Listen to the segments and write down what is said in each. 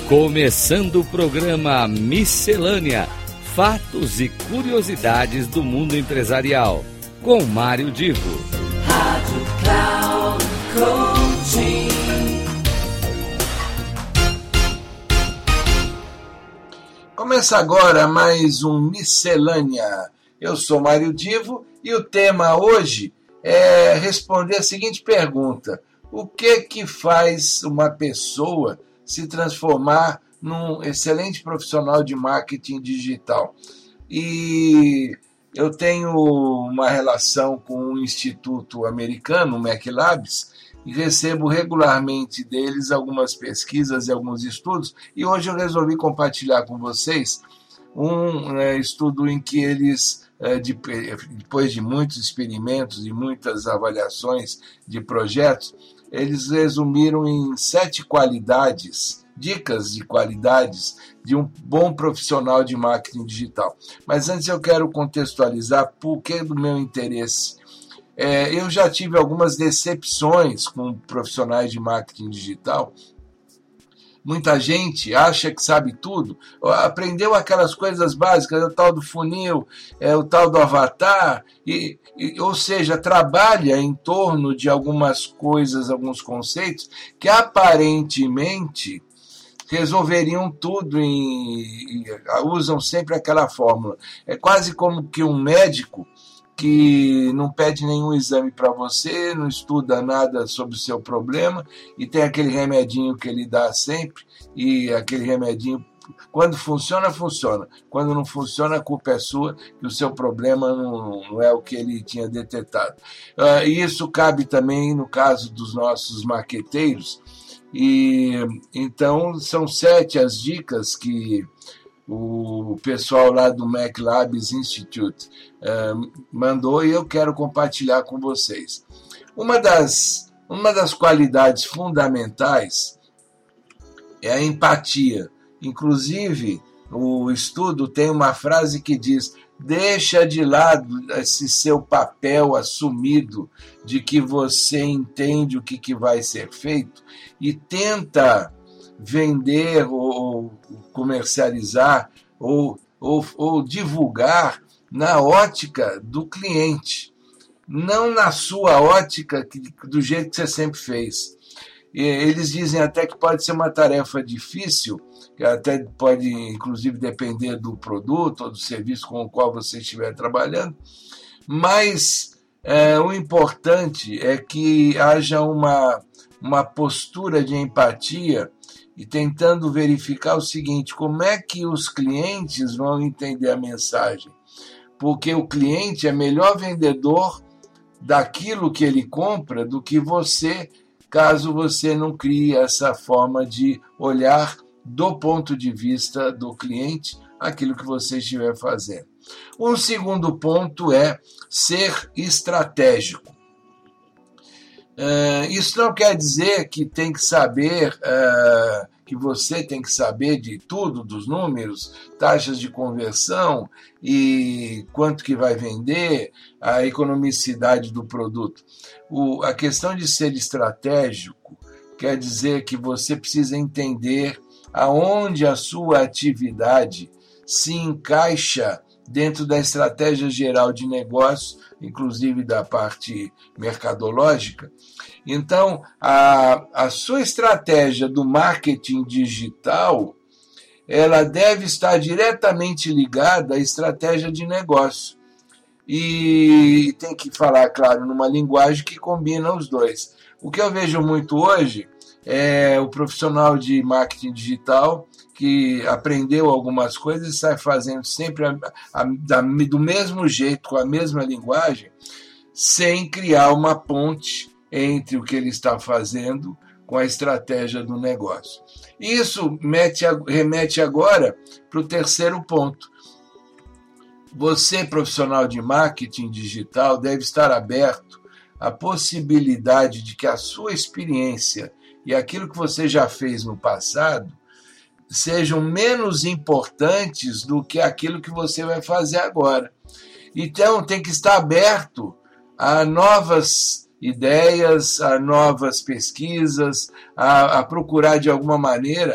Começando o programa Miscelânea: Fatos e Curiosidades do Mundo Empresarial, com Mário Divo. Rádio Cloud Coaching. Começa agora mais um Miscelânea. Eu sou Mário Divo e o tema hoje é responder a seguinte pergunta: o que faz uma pessoa se transformar num excelente profissional de marketing digital? E eu tenho uma relação com um instituto americano, o McLabs, e recebo regularmente deles algumas pesquisas e alguns estudos, e hoje eu resolvi compartilhar com vocês um estudo em que eles, depois de muitos experimentos e muitas avaliações de projetos, eles resumiram em 7 qualidades, dicas de qualidades de um bom profissional de marketing digital. Mas antes eu quero contextualizar por que do meu interesse. Eu já tive algumas decepções com profissionais de marketing digital. Muita gente acha que sabe tudo, aprendeu aquelas coisas básicas, o tal do funil, o tal do avatar, ou seja, trabalha em torno de algumas coisas, alguns conceitos que aparentemente resolveriam tudo e usam sempre aquela fórmula. É quase como que um médico que não pede nenhum exame para você, não estuda nada sobre o seu problema e tem aquele remedinho que ele dá sempre, e aquele remedinho, quando funciona, funciona. Quando não funciona, a culpa é sua, que o seu problema não é o que ele tinha detectado. Isso cabe também no caso dos nossos marqueteiros. E então são 7 as dicas que o pessoal lá do McLabs Institute mandou e eu quero compartilhar com vocês. Uma das qualidades fundamentais é a empatia. Inclusive, o estudo tem uma frase que diz: deixa de lado esse seu papel assumido de que você entende o que vai ser feito e tenta vender ou comercializar ou divulgar na ótica do cliente, não na sua ótica do jeito que você sempre fez. E eles dizem até que pode ser uma tarefa difícil, que até pode inclusive depender do produto ou do serviço com o qual você estiver trabalhando, mas o importante é que haja uma postura de empatia e tentando verificar o seguinte: como é que os clientes vão entender a mensagem? Porque o cliente é melhor vendedor daquilo que ele compra do que você, caso você não crie essa forma de olhar do ponto de vista do cliente aquilo que você estiver fazendo. Um segundo ponto é ser estratégico. Isso não quer dizer que tem que saber, que você tem que saber de tudo, dos números, taxas de conversão e quanto que vai vender, a economicidade do produto. A questão de ser estratégico quer dizer que você precisa entender aonde a sua atividade se encaixa dentro da estratégia geral de negócio, inclusive da parte mercadológica. Então, a sua estratégia do marketing digital, ela deve estar diretamente ligada à estratégia de negócio. E tem que falar, claro, numa linguagem que combina os dois. O que eu vejo muito hoje é o profissional de marketing digital que aprendeu algumas coisas e sai fazendo sempre do mesmo jeito, com a mesma linguagem, sem criar uma ponte entre o que ele está fazendo com a estratégia do negócio. Isso remete agora para o terceiro ponto. Você, profissional de marketing digital, deve estar aberto à possibilidade de que a sua experiência e aquilo que você já fez no passado sejam menos importantes do que aquilo que você vai fazer agora. Então, tem que estar aberto a novas ideias, a novas pesquisas, a procurar de alguma maneira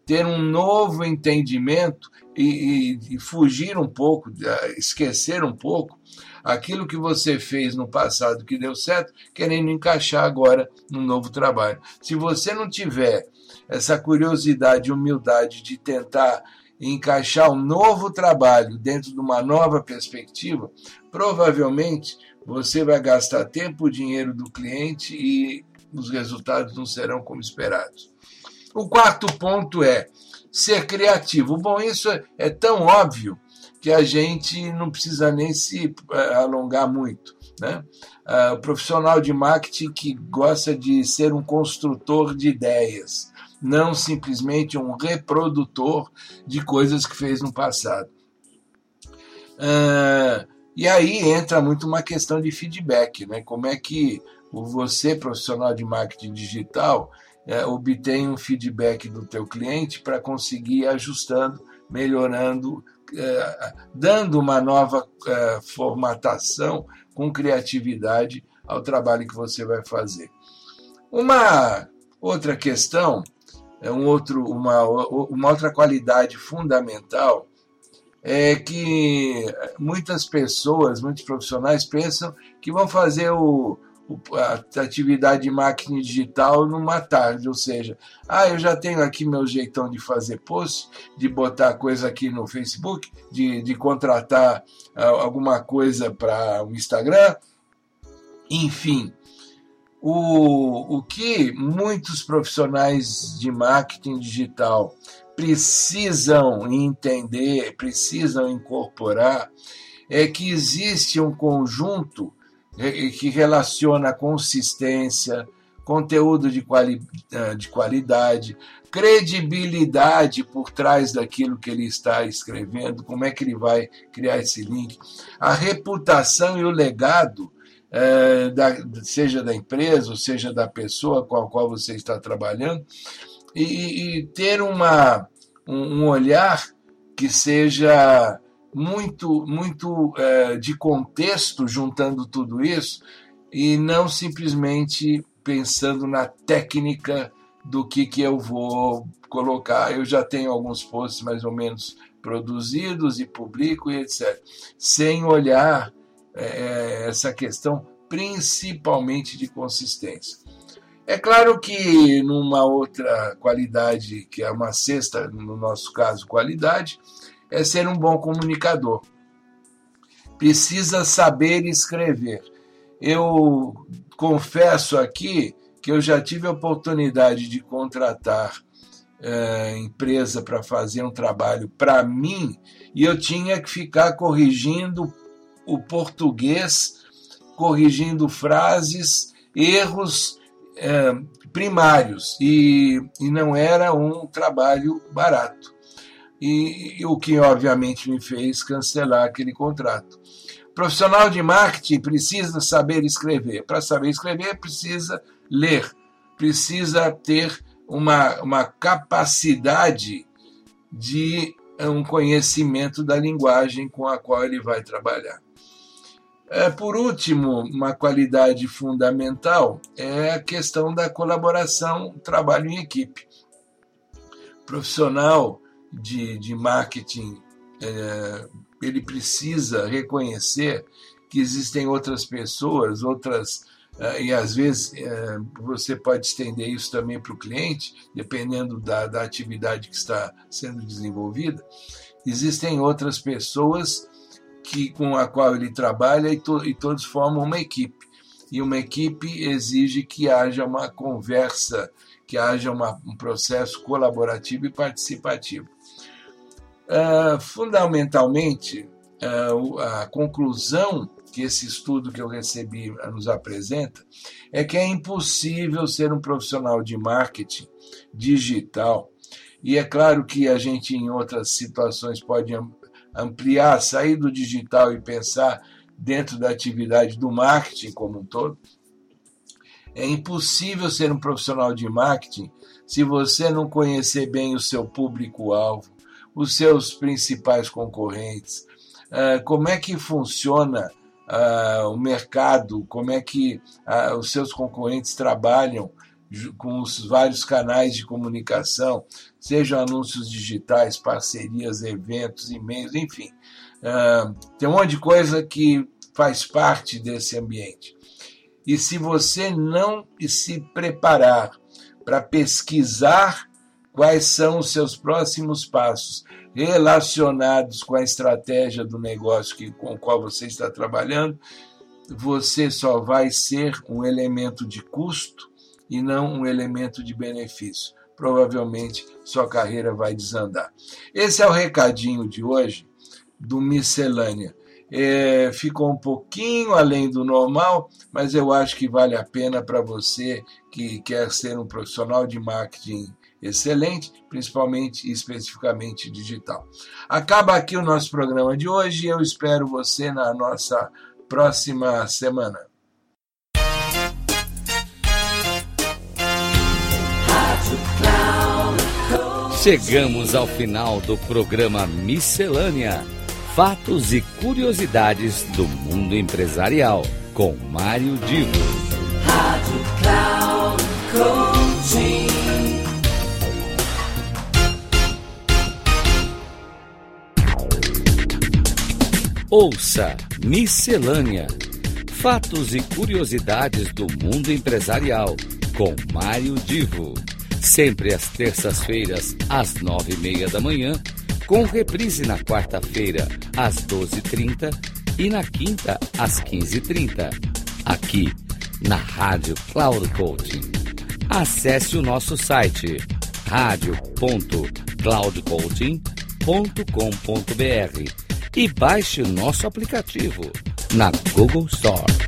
ter um novo entendimento e fugir um pouco, esquecer um pouco aquilo que você fez no passado que deu certo, querendo encaixar agora num novo trabalho. Se você não tiver essa curiosidade e humildade de tentar encaixar um novo trabalho dentro de uma nova perspectiva, provavelmente você vai gastar tempo e dinheiro do cliente e os resultados não serão como esperados. O quarto ponto é ser criativo. Bom, isso é tão óbvio que a gente não precisa nem se alongar muito, né? O profissional de marketing que gosta de ser um construtor de ideias, não simplesmente um reprodutor de coisas que fez no passado. E aí entra muito uma questão de feedback, né? Como é que você, profissional de marketing digital, obtém um feedback do teu cliente para conseguir ir ajustando, melhorando, dando uma nova formatação com criatividade ao trabalho que você vai fazer. Uma outra questão, uma outra qualidade fundamental é que muitas pessoas, muitos profissionais pensam que vão fazer a atividade de marketing digital numa tarde, ou seja, eu já tenho aqui meu jeitão de fazer post, de botar coisa aqui no Facebook, de contratar alguma coisa para o Instagram, enfim. O que muitos profissionais de marketing digital precisam entender, precisam incorporar, é que existe um conjunto que relaciona consistência, conteúdo de qualidade, credibilidade por trás daquilo que ele está escrevendo, como é que ele vai criar esse link, a reputação e o legado, seja da empresa, ou seja da pessoa com a qual você está trabalhando, e ter um olhar que seja muito de contexto, juntando tudo isso, e não simplesmente pensando na técnica do que eu vou colocar. Eu já tenho alguns posts mais ou menos produzidos e publico e etc. Sem olhar essa questão principalmente de consistência. É claro que numa outra qualidade, que é uma sexta, no nosso caso, qualidade, é ser um bom comunicador. Precisa saber escrever. Eu confesso aqui que eu já tive a oportunidade de contratar empresa para fazer um trabalho para mim e eu tinha que ficar corrigindo o português, corrigindo frases, erros primários, e não era um trabalho barato. E o que obviamente me fez cancelar aquele contrato. O profissional de marketing precisa saber escrever. Para saber escrever, precisa ler, precisa ter uma capacidade de um conhecimento da linguagem com a qual ele vai trabalhar. Por último, uma qualidade fundamental é a questão da colaboração, trabalho em equipe. O profissional de marketing, ele precisa reconhecer que existem outras pessoas, e às vezes você pode estender isso também para o cliente, dependendo da atividade que está sendo desenvolvida. Existem outras pessoas com a qual ele trabalha e todos formam uma equipe. E uma equipe exige que haja uma conversa, que haja um processo colaborativo e participativo. Fundamentalmente, a conclusão que esse estudo que eu recebi nos apresenta é que é impossível ser um profissional de marketing digital. E é claro que a gente, em outras situações, pode ampliar, sair do digital e pensar dentro da atividade do marketing como um todo. É impossível ser um profissional de marketing se você não conhecer bem o seu público-alvo, os seus principais concorrentes, como é que funciona o mercado, como é que os seus concorrentes trabalham com os vários canais de comunicação, sejam anúncios digitais, parcerias, eventos, e-mails, enfim. Tem um monte de coisa que faz parte desse ambiente. E se você não se preparar para pesquisar quais são os seus próximos passos relacionados com a estratégia do negócio com o qual você está trabalhando, você só vai ser um elemento de custo e não um elemento de benefício. Provavelmente sua carreira vai desandar. Esse é o recadinho de hoje do Miscelânea. Ficou um pouquinho além do normal, mas eu acho que vale a pena para você que quer ser um profissional de marketing excelente, principalmente e especificamente digital. Acaba aqui o nosso programa de hoje e eu espero você na nossa próxima semana. Chegamos ao final do programa Miscelânea. Fatos e curiosidades do mundo empresarial, com Mário Divo. Rádio Cloud Coaching. Ouça Miscelânea. Fatos e curiosidades do mundo empresarial, com Mário Divo. Sempre às terças-feiras, às 9h30 da manhã, com reprise na quarta-feira, às 12h30 e na quinta, às 15h30, aqui na Rádio Cloud Coaching. Acesse o nosso site radio.cloudcoaching.com.br e baixe o nosso aplicativo na Google Store.